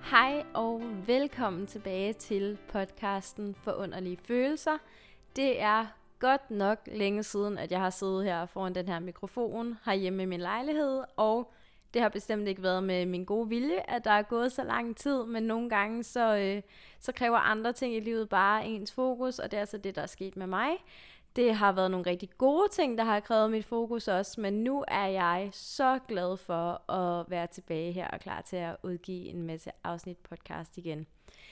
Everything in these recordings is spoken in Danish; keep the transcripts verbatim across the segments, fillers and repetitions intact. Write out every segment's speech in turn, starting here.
Hej og velkommen tilbage til podcasten Forunderlige Følelser. Det er godt nok længe siden, at jeg har siddet her foran den her mikrofon herhjemme i min lejlighed, og det har bestemt ikke været med min gode vilje, at der er gået så lang tid, men nogle gange så, øh, så kræver andre ting i livet bare ens fokus, og det er altså det, der er sket med mig. Det har været nogle rigtig gode ting, der har krævet mit fokus også, men nu er jeg så glad for at være tilbage her og klar til at udgive en masse afsnit podcast igen.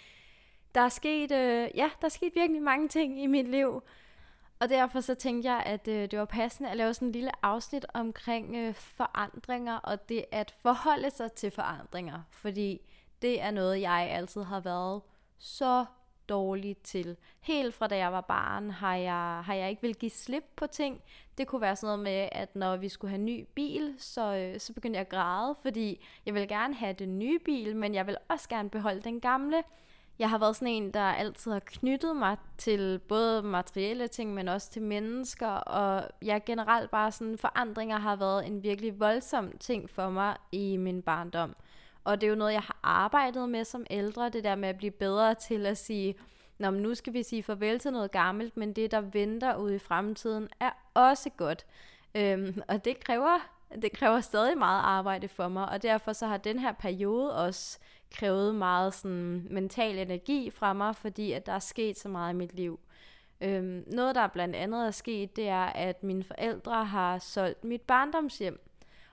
Der er sket, øh, ja, der er sket virkelig mange ting i mit liv, og derfor så tænkte jeg, at øh, det var passende at lave sådan en lille afsnit omkring øh, forandringer og det at forholde sig til forandringer, fordi det er noget, jeg altid har været så dårlig til. Helt fra da jeg var barn har jeg, har jeg ikke vil give slip på ting. Det kunne være sådan noget med, at når vi skulle have en ny bil, så, øh, så begyndte jeg at græde, fordi jeg ville gerne have den nye bil, men jeg vil også gerne beholde den gamle. Jeg har været sådan en, der altid har knyttet mig til både materielle ting, men også til mennesker, og jeg generelt bare sådan, forandringer har været en virkelig voldsom ting for mig i min barndom. Og det er jo noget, jeg har arbejdet med som ældre, det der med at blive bedre til at sige, nå, men nu skal vi sige farvel til noget gammelt, men det, der venter ude i fremtiden, er også godt. Øhm, og det kræver, det kræver stadig meget arbejde for mig, og derfor så har den her periode også krævet meget sådan mental energi fra mig, fordi at der er sket så meget i mit liv. Øhm, noget, der blandt andet er sket, det er, at mine forældre har solgt mit barndomshjem.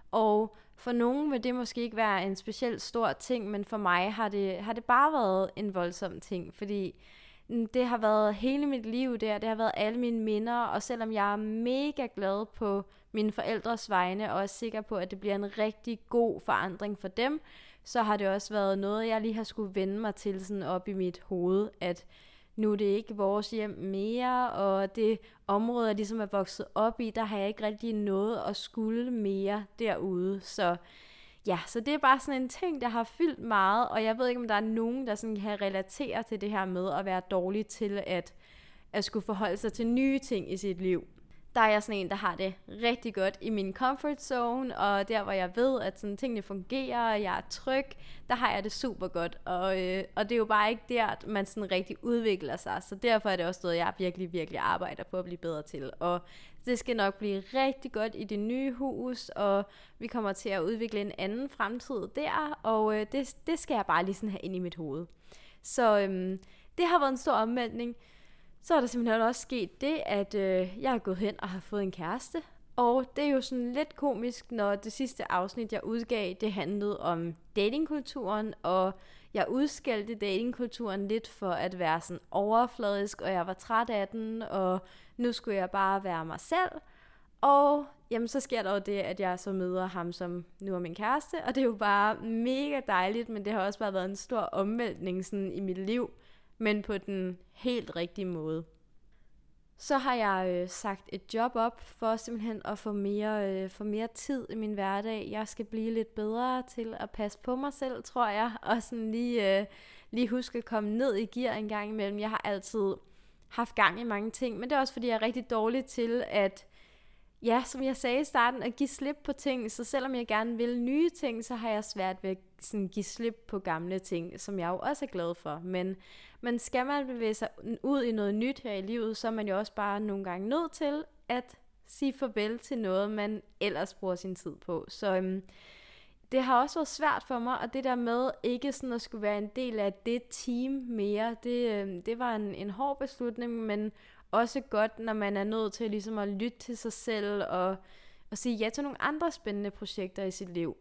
Og for nogen vil det måske ikke være en specielt stor ting, men for mig har det, har det bare været en voldsom ting, fordi det har været hele mit liv der, det har været alle mine minder, og selvom jeg er mega glad på mine forældres vegne, og er sikker på, at det bliver en rigtig god forandring for dem, så har det også været noget, jeg lige har skulle vende mig til sådan op i mit hoved, at nu er det ikke vores hjem mere, og det område, jeg ligesom er vokset op i, der har jeg ikke rigtig noget at skulle mere derude. Så ja, så det er bare sådan en ting, der har fyldt meget, og jeg ved ikke, om der er nogen, der sådan kan relatere til det her med at være dårlig til at, at skulle forholde sig til nye ting i sit liv. Der er jeg sådan en, der har det rigtig godt i min comfort zone, og der, hvor jeg ved, at sådan tingene fungerer, og jeg er tryg, der har jeg det super godt. Og, øh, og det er jo bare ikke der, at man sådan rigtig udvikler sig, så derfor er det også noget, jeg virkelig, virkelig arbejder på at blive bedre til. Og det skal nok blive rigtig godt i det nye hus, og vi kommer til at udvikle en anden fremtid der, og øh, det, det skal jeg bare lige sådan have ind i mit hoved. Så øh, det har været en stor omvæltning. Så er der simpelthen også sket det, at øh, jeg er gået hen og har fået en kæreste. Og det er jo sådan lidt komisk, når det sidste afsnit, jeg udgav, det handlede om datingkulturen. Og jeg udskældte datingkulturen lidt for at være sådan overfladisk, og jeg var træt af den, og nu skulle jeg bare være mig selv. Og jamen, så sker der jo det, at jeg så møder ham, som nu er min kæreste. Og det er jo bare mega dejligt, men det har også bare været en stor omvæltning sådan i mit liv, men på den helt rigtige måde. Så har jeg øh, sagt et job op for simpelthen at få mere, øh, få mere tid i min hverdag. Jeg skal blive lidt bedre til at passe på mig selv, tror jeg, og sådan lige, øh, lige huske at komme ned i gear en gang imellem. Jeg har altid haft gang i mange ting, men det er også fordi, jeg er rigtig dårlig til at, ja, som jeg sagde i starten, at give slip på ting. Så selvom jeg gerne vil nye ting, så har jeg svært ved at sådan, give slip på gamle ting, som jeg jo også er glad for. Men, men skal man bevæge sig ud i noget nyt her i livet, så er man jo også bare nogle gange nødt til at sige farvel til noget, man ellers bruger sin tid på. Så øhm, det har også været svært for mig, og det der med ikke sådan at skulle være en del af det team mere, det, øhm, det var en, en hård beslutning, men også godt, når man er nødt til ligesom at lytte til sig selv og, og sige ja til nogle andre spændende projekter i sit liv.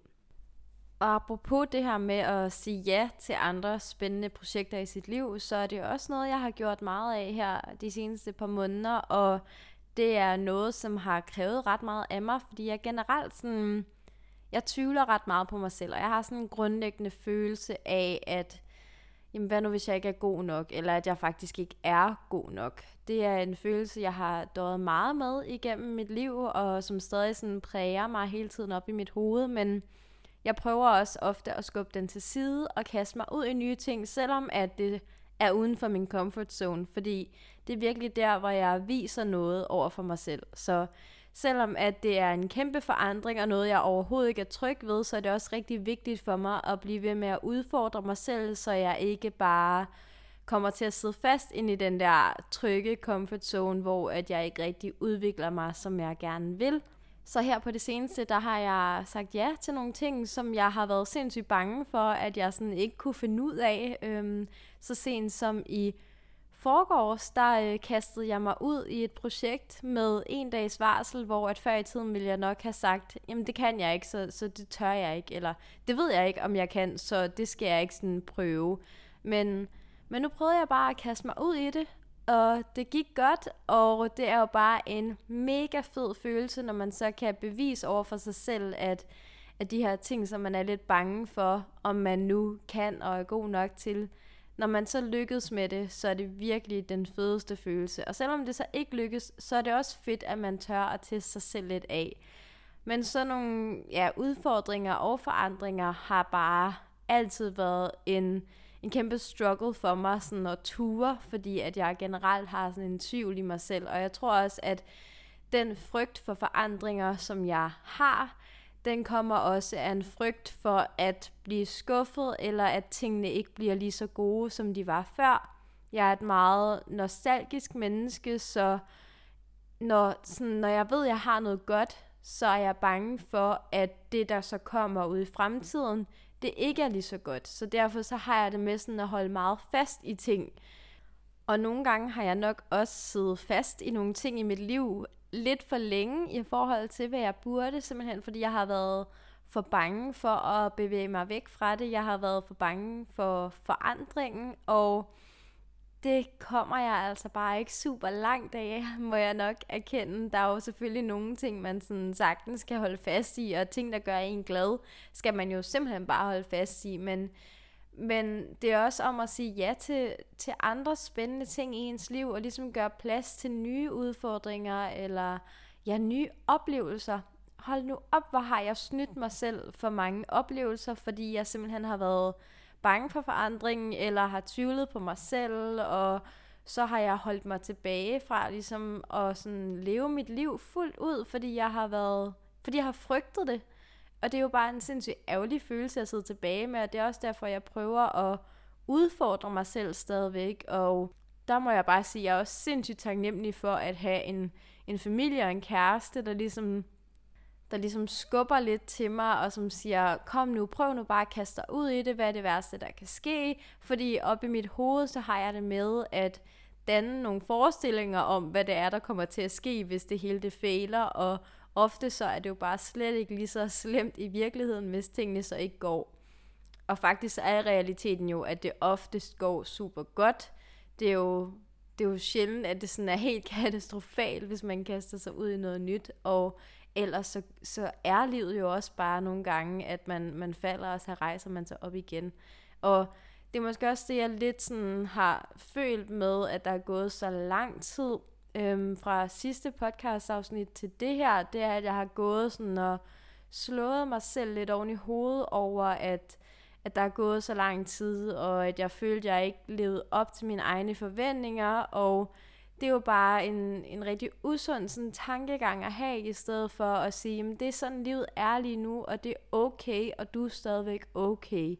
Og apropos det her med at sige ja til andre spændende projekter i sit liv, så er det også noget, jeg har gjort meget af her de seneste par måneder, og det er noget, som har krævet ret meget af mig, fordi jeg generelt sådan, jeg tvivler ret meget på mig selv, og jeg har sådan en grundlæggende følelse af, at jamen hvad nu hvis jeg ikke er god nok, eller at jeg faktisk ikke er god nok. Det er en følelse, jeg har døjet meget med igennem mit liv, og som stadig sådan præger mig hele tiden op i mit hoved, men jeg prøver også ofte at skubbe den til side og kaste mig ud i nye ting, selvom at det er uden for min comfort zone, fordi det er virkelig der, hvor jeg viser noget over for mig selv. Så, selvom at det er en kæmpe forandring og noget, jeg overhovedet ikke er tryg ved, så er det også rigtig vigtigt for mig at blive ved med at udfordre mig selv, så jeg ikke bare kommer til at sidde fast ind i den der trygge comfort zone, hvor at jeg ikke rigtig udvikler mig, som jeg gerne vil. Så her på det seneste, der har jeg sagt ja til nogle ting, som jeg har været sindssygt bange for, at jeg sådan ikke kunne finde ud af. Øhm, så sent som i forgårs, der øh, kastede jeg mig ud i et projekt med en dags varsel, hvor at før i tiden ville jeg nok have sagt, jamen det kan jeg ikke, så, så det tør jeg ikke, eller det ved jeg ikke, om jeg kan, så det skal jeg ikke sådan prøve. Men, men nu prøvede jeg bare at kaste mig ud i det, og det gik godt, og det er jo bare en mega fed følelse, når man så kan bevise over for sig selv, at, at de her ting, som man er lidt bange for, om man nu kan og er god nok til, når man så lykkes med det, så er det virkelig den fedeste følelse. Og selvom det så ikke lykkes, så er det også fedt, at man tør at teste sig selv lidt af. Men sådan nogle ja, udfordringer og forandringer har bare altid været en, en kæmpe struggle for mig sådan at ture, fordi at jeg generelt har sådan en tvivl i mig selv. Og jeg tror også, at den frygt for forandringer, som jeg har, den kommer også af en frygt for at blive skuffet, eller at tingene ikke bliver lige så gode, som de var før. Jeg er et meget nostalgisk menneske, så når, sådan, når jeg ved, at jeg har noget godt, så er jeg bange for, at det, der så kommer ud i fremtiden, det ikke er lige så godt. Så derfor så har jeg det med sådan at holde meget fast i ting. Og nogle gange har jeg nok også siddet fast i nogle ting i mit liv, lidt for længe i forhold til, hvad jeg burde, simpelthen fordi jeg har været for bange for at bevæge mig væk fra det. Jeg har været for bange for forandringen, og det kommer jeg altså bare ikke super langt af, må jeg nok erkende. Der er jo selvfølgelig nogle ting, man sådan sagtens skal holde fast i, og ting, der gør en glad, skal man jo simpelthen bare holde fast i, men Men det er også om at sige ja til, til andre spændende ting i ens liv, og ligesom gøre plads til nye udfordringer, eller ja, nye oplevelser. Hold nu op, hvor har jeg snydt mig selv for mange oplevelser, fordi jeg simpelthen har været bange for forandringen, eller har tvivlet på mig selv, og så har jeg holdt mig tilbage fra ligesom at sådan leve mit liv fuldt ud, fordi jeg har været, fordi jeg har frygtet det. Og det er jo bare en sindssygt ærgerlig følelse at sidde tilbage med, og det er også derfor, jeg prøver at udfordre mig selv stadigvæk. Og der må jeg bare sige, at jeg er også sindssygt taknemmelig for at have en, en familie og en kæreste, der ligesom, der ligesom skubber lidt til mig, og som siger, kom nu, prøv nu bare at kaste dig ud i det, hvad er det værste, der kan ske. Fordi op i mit hoved, så har jeg det med at danne nogle forestillinger om, hvad det er, der kommer til at ske, hvis det hele det fejler, og ofte så er det jo bare slet ikke lige så slemt i virkeligheden, hvis tingene så ikke går. Og faktisk er realiteten jo, at det oftest går super godt. Det er jo, det er jo sjældent, at det sådan er helt katastrofalt, hvis man kaster sig ud i noget nyt. Og ellers så, så er livet jo også bare nogle gange, at man, man falder, og så rejser man sig op igen. Og det er måske også det, jeg lidt sådan har følt med, at der er gået så lang tid Øhm, fra sidste podcastafsnit til det her, det er, at jeg har gået sådan og slået mig selv lidt oven i hovedet over, at, at der er gået så lang tid, og at jeg følte, at jeg ikke levede op til mine egne forventninger, og det er jo bare en, en rigtig usund sådan, tankegang at have, i stedet for at sige, at det er sådan, livet er lige nu, og det er okay, og du er stadigvæk okay.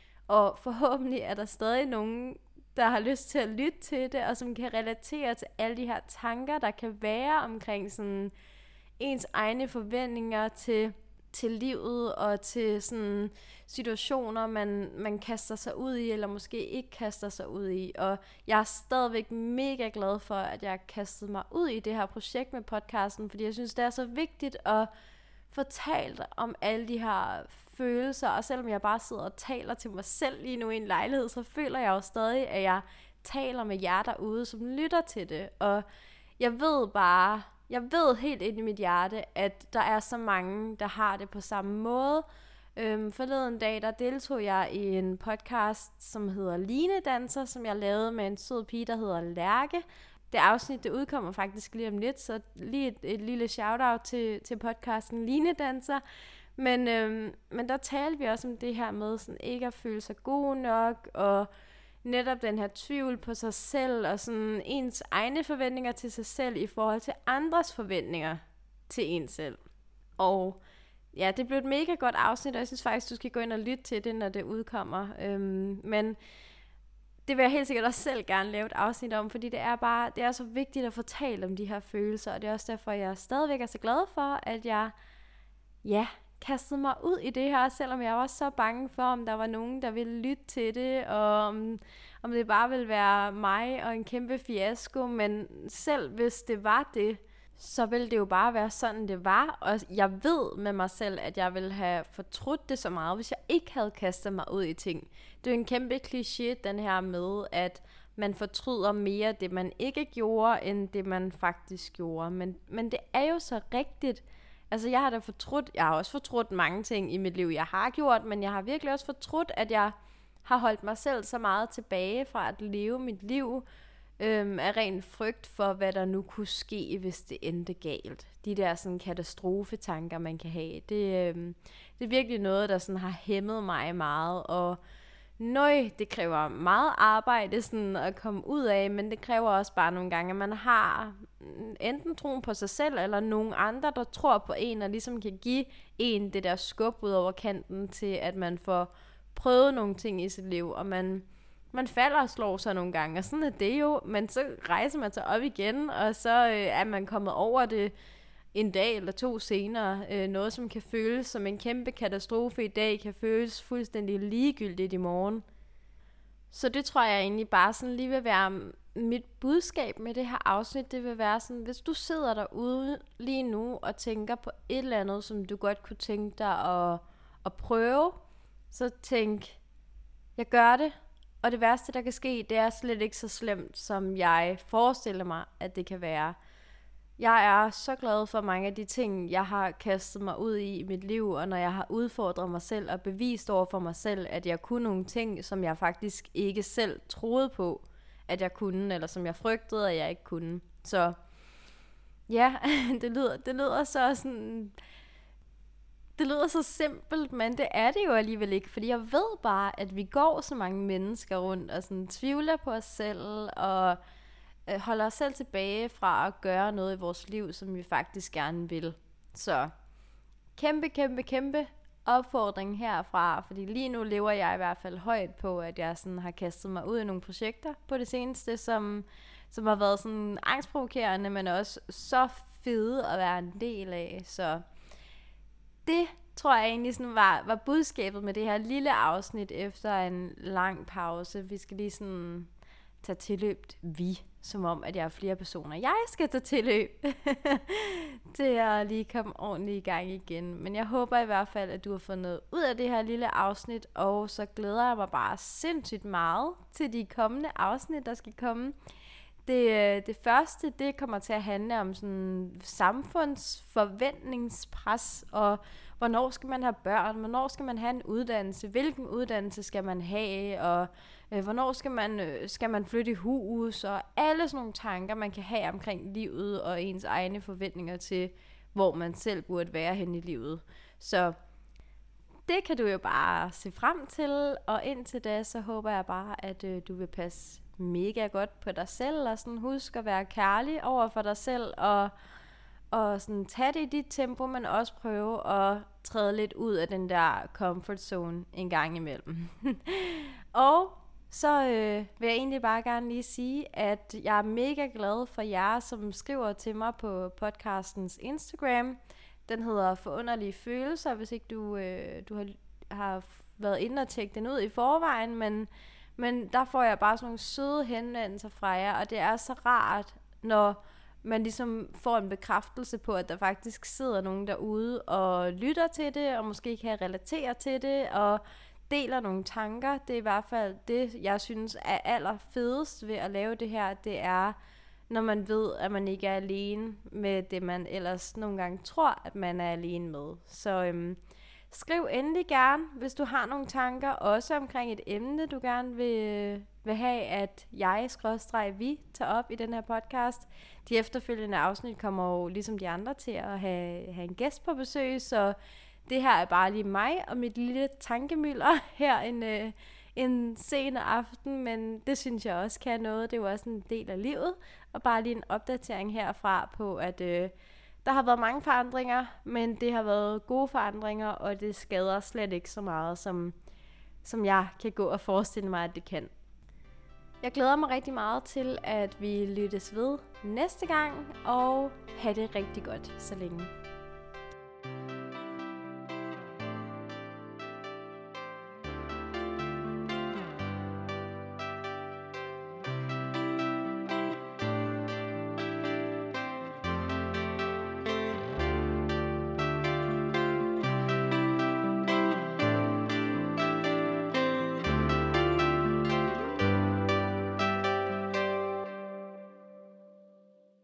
Og forhåbentlig er der stadig nogen, der har lyst til at lytte til det, og som kan relatere til alle de her tanker, der kan være omkring sådan ens egne forventninger til, til livet, og til sådan situationer, man, man kaster sig ud i, eller måske ikke kaster sig ud i. Og jeg er stadigvæk mega glad for, at jeg kastede mig ud i det her projekt med podcasten, fordi jeg synes, det er så vigtigt at få talt om alle de her følelser, og selvom jeg bare sidder og taler til mig selv lige nu i en lejlighed, så føler jeg jo stadig, at jeg taler med jer derude, som lytter til det. Og jeg ved bare, jeg ved helt ind i mit hjerte, at der er så mange, der har det på samme måde. Øhm, forleden dag, der deltog jeg i en podcast, som hedder Linedanser, som jeg lavede med en sød pige, der hedder Lærke. Det afsnit, det udkommer faktisk lige om lidt, så lige et, et lille shout-out til, til podcasten Linedanser. Men, øhm, men der talte vi også om det her med sådan ikke at føle sig god nok, og netop den her tvivl på sig selv, og sådan ens egne forventninger til sig selv i forhold til andres forventninger til en selv. Og ja, det blev et mega godt afsnit, og jeg synes faktisk, du skal gå ind og lytte til det, når det udkommer. Øhm, men det vil jeg helt sikkert også selv gerne lave et afsnit om, fordi det er bare, det er så vigtigt at få talt om de her følelser, og det er også derfor, jeg stadigvæk er så glad for, at jeg, ja, kastede mig ud i det her, selvom jeg var så bange for, om der var nogen, der ville lytte til det, og om, om det bare ville være mig og en kæmpe fiasko, men selv hvis det var det, så ville det jo bare være sådan, det var, og jeg ved med mig selv, at jeg ville have fortrudt det så meget, hvis jeg ikke havde kastet mig ud i ting. Det er jo en kæmpe kliché, den her med, at man fortryder mere det, man ikke gjorde, end det, man faktisk gjorde. Men, men det er jo så rigtigt. Altså, jeg har da fortrudt, jeg har også fortrudt mange ting i mit liv, jeg har gjort, men jeg har virkelig også fortrudt, at jeg har holdt mig selv så meget tilbage fra at leve mit liv, øhm, af ren frygt for, hvad der nu kunne ske, hvis det endte galt. De der sådan katastrofetanker, man kan have, det, øhm, det er virkelig noget, der sådan har hæmmet mig meget, og nøj, det kræver meget arbejde sådan at komme ud af, men det kræver også bare nogle gange, at man har enten troen på sig selv, eller nogen andre, der tror på en, og ligesom kan give en det der skub ud over kanten, til at man får prøvet nogle ting i sit liv, og man, man falder og slår sig nogle gange, og sådan er det jo, men så rejser man sig op igen, og så øh, er man kommet over det en dag eller to senere. Øh, noget, som kan føles som en kæmpe katastrofe i dag, kan føles fuldstændig ligegyldigt i morgen. Så det tror jeg egentlig bare sådan lige vil være mit budskab med det her afsnit. Det vil være sådan, hvis du sidder derude lige nu og tænker på et eller andet, som du godt kunne tænke dig at, at prøve, så tænk, jeg gør det. Og det værste, der kan ske, det er slet ikke så slemt, som jeg forestiller mig, at det kan være. Jeg er så glad for mange af de ting, jeg har kastet mig ud i i mit liv, og når jeg har udfordret mig selv og bevist over for mig selv, at jeg kunne nogle ting, som jeg faktisk ikke selv troede på, at jeg kunne, eller som jeg frygtede, at jeg ikke kunne. Så ja, det lyder, det lyder så sådan... Det lyder så simpelt, men det er det jo alligevel ikke, fordi jeg ved bare, at vi går så mange mennesker rundt og sådan tvivler på os selv, og holder os selv tilbage fra at gøre noget i vores liv, som vi faktisk gerne vil. Så kæmpe, kæmpe, kæmpe opfordring herfra, fordi lige nu lever jeg i hvert fald højt på, at jeg sådan har kastet mig ud i nogle projekter på det seneste, som, som har været sådan angstprovokerende, men også så fede at være en del af. Så det tror jeg egentlig sådan var, var budskabet med det her lille afsnit efter en lang pause. Vi skal lige sådan tage tilløb, vi, som om, at jeg er flere personer. Jeg skal tage tilløb til at lige komme ordentligt i gang igen. Men jeg håber i hvert fald, at du har fundet noget ud af det her lille afsnit, og så glæder jeg mig bare sindssygt meget til de kommende afsnit, der skal komme. Det, det første, det kommer til at handle om sådan samfundsforventningspres, og hvornår skal man have børn, hvornår skal man have en uddannelse, hvilken uddannelse skal man have, og øh, hvornår skal man, øh, skal man flytte i hus, og alle sådan nogle tanker, man kan have omkring livet, og ens egne forventninger til, hvor man selv burde være hen i livet. Så det kan du jo bare se frem til, og indtil da, så håber jeg bare, at øh, du vil passe mega godt på dig selv, og sådan husk at være kærlig over for dig selv, og, og sådan tage det i dit tempo, men også prøve at træde lidt ud af den der comfort zone en gang imellem. Og så øh, vil jeg egentlig bare gerne lige sige, at jeg er mega glad for jer, som skriver til mig på podcastens Instagram. Den hedder Forunderlige Følelser, hvis ikke du, øh, du har, har været inde og tjekke den ud i forvejen, men Men der får jeg bare sådan nogle søde henvendelser fra jer, og det er så rart, når man ligesom får en bekræftelse på, at der faktisk sidder nogen derude og lytter til det, og måske kan relatere til det, og deler nogle tanker. Det er i hvert fald det, jeg synes er allerfedest ved at lave det her, det er, når man ved, at man ikke er alene med det, man ellers nogle gange tror, at man er alene med. Så øhm, skriv endelig gerne, hvis du har nogle tanker, også omkring et emne, du gerne vil, vil have, at jeg, skråstreg, vi, tager op i den her podcast. De efterfølgende afsnit kommer jo, ligesom de andre, til at have, have en gæst på besøg, så det her er bare lige mig og mit lille tankemylder her en, øh, en sen aften, men det synes jeg også kan noget. Det er jo også en del af livet, og bare lige en opdatering herfra på, at øh, Der har været mange forandringer, men det har været gode forandringer, og det skader slet ikke så meget, som, som jeg kan gå og forestille mig, at det kan. Jeg glæder mig rigtig meget til, at vi lyttes ved næste gang, og have det rigtig godt så længe.